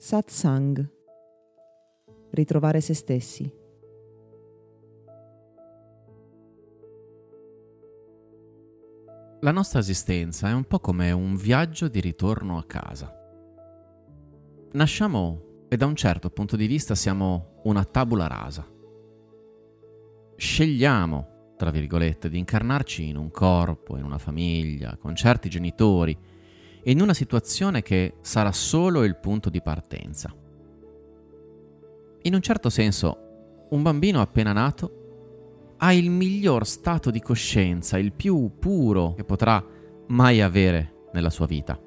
Satsang. Ritrovare se stessi. La nostra esistenza è un po' come un viaggio di ritorno a casa. Nasciamo e da un certo punto di vista siamo una tabula rasa. Scegliamo, tra virgolette, di incarnarci in un corpo, in una famiglia, con certi genitori, in una situazione che sarà solo il punto di partenza. In un certo senso, un bambino appena nato ha il miglior stato di coscienza, il più puro che potrà mai avere nella sua vita.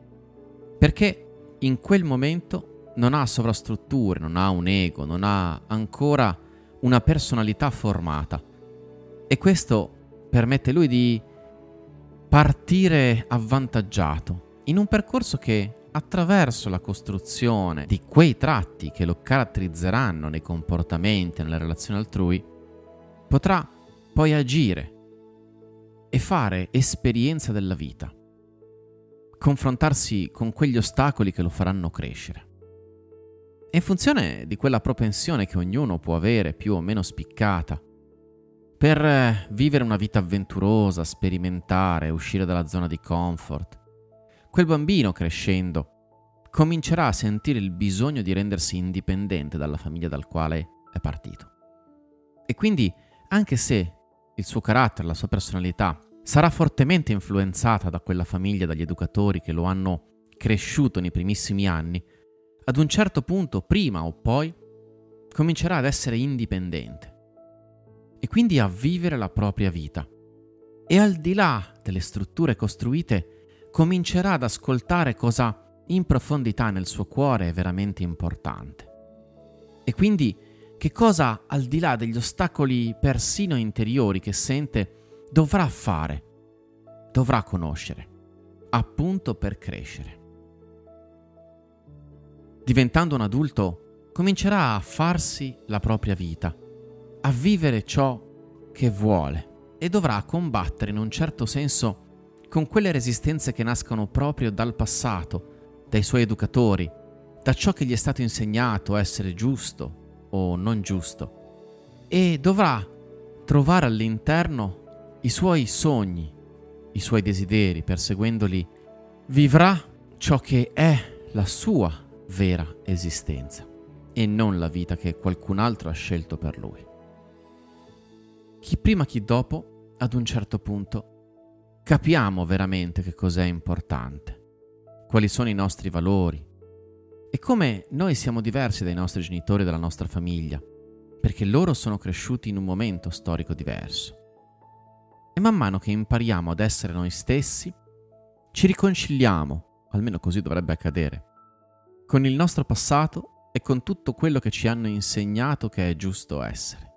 Perché in quel momento non ha sovrastrutture, non ha un ego, non ha ancora una personalità formata. E questo permette lui di partire avvantaggiato in un percorso che, attraverso la costruzione di quei tratti che lo caratterizzeranno nei comportamenti e nelle relazioni altrui, potrà poi agire e fare esperienza della vita, confrontarsi con quegli ostacoli che lo faranno crescere. E in funzione di quella propensione che ognuno può avere più o meno spiccata per vivere una vita avventurosa, sperimentare, uscire dalla zona di comfort, quel bambino crescendo comincerà a sentire il bisogno di rendersi indipendente dalla famiglia dal quale è partito. E quindi, anche se il suo carattere, la sua personalità sarà fortemente influenzata da quella famiglia, dagli educatori che lo hanno cresciuto nei primissimi anni, ad un certo punto, prima o poi, comincerà ad essere indipendente e quindi a vivere la propria vita. E al di là delle strutture costruite, comincerà ad ascoltare cosa in profondità nel suo cuore è veramente importante. E quindi che cosa, al di là degli ostacoli persino interiori che sente, dovrà fare, dovrà conoscere, appunto per crescere. Diventando un adulto, comincerà a farsi la propria vita, a vivere ciò che vuole e dovrà combattere in un certo senso con quelle resistenze che nascono proprio dal passato, dai suoi educatori, da ciò che gli è stato insegnato essere giusto o non giusto, e dovrà trovare all'interno i suoi sogni, i suoi desideri, perseguendoli, vivrà ciò che è la sua vera esistenza e non la vita che qualcun altro ha scelto per lui. Chi prima chi dopo, ad un certo punto, capiamo veramente che cos'è importante, quali sono i nostri valori e come noi siamo diversi dai nostri genitori e dalla nostra famiglia, perché loro sono cresciuti in un momento storico diverso. E man mano che impariamo ad essere noi stessi, ci riconciliamo, almeno così dovrebbe accadere, con il nostro passato e con tutto quello che ci hanno insegnato che è giusto essere.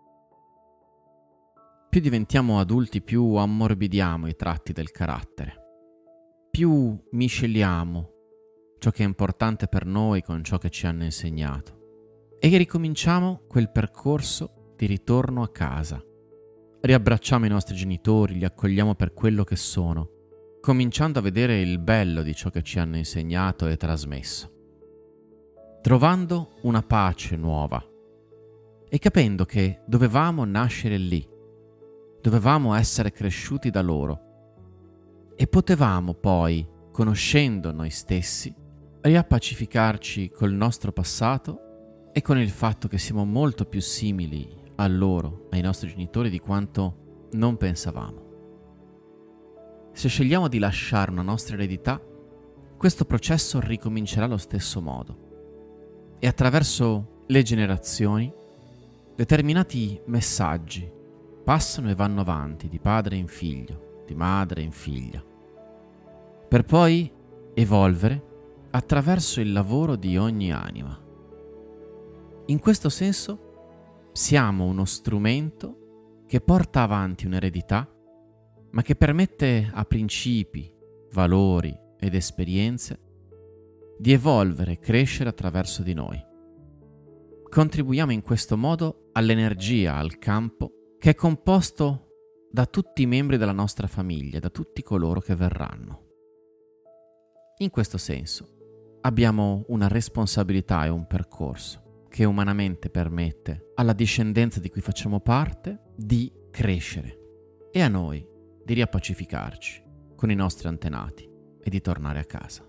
Più diventiamo adulti, più ammorbidiamo i tratti del carattere, più misceliamo ciò che è importante per noi con ciò che ci hanno insegnato e ricominciamo quel percorso di ritorno a casa. Riabbracciamo i nostri genitori, li accogliamo per quello che sono, cominciando a vedere il bello di ciò che ci hanno insegnato e trasmesso, trovando una pace nuova e capendo che dovevamo nascere lì, dovevamo essere cresciuti da loro e potevamo poi, conoscendo noi stessi, riappacificarci col nostro passato e con il fatto che siamo molto più simili a loro, ai nostri genitori, di quanto non pensavamo. Se scegliamo di lasciare una nostra eredità, questo processo ricomincerà allo stesso modo e attraverso le generazioni determinati messaggi passano e vanno avanti di padre in figlio, di madre in figlia, per poi evolvere attraverso il lavoro di ogni anima. In questo senso siamo uno strumento che porta avanti un'eredità, ma che permette a principi, valori ed esperienze di evolvere e crescere attraverso di noi. Contribuiamo in questo modo all'energia, al campo, che è composto da tutti i membri della nostra famiglia, da tutti coloro che verranno. In questo senso, abbiamo una responsabilità e un percorso che umanamente permette alla discendenza di cui facciamo parte di crescere e a noi di riappacificarci con i nostri antenati e di tornare a casa.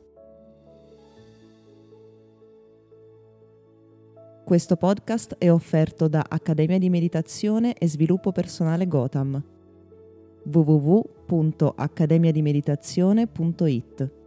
Questo podcast è offerto da Accademia di Meditazione e Sviluppo Personale Gotham. www.accademiadimeditazione.it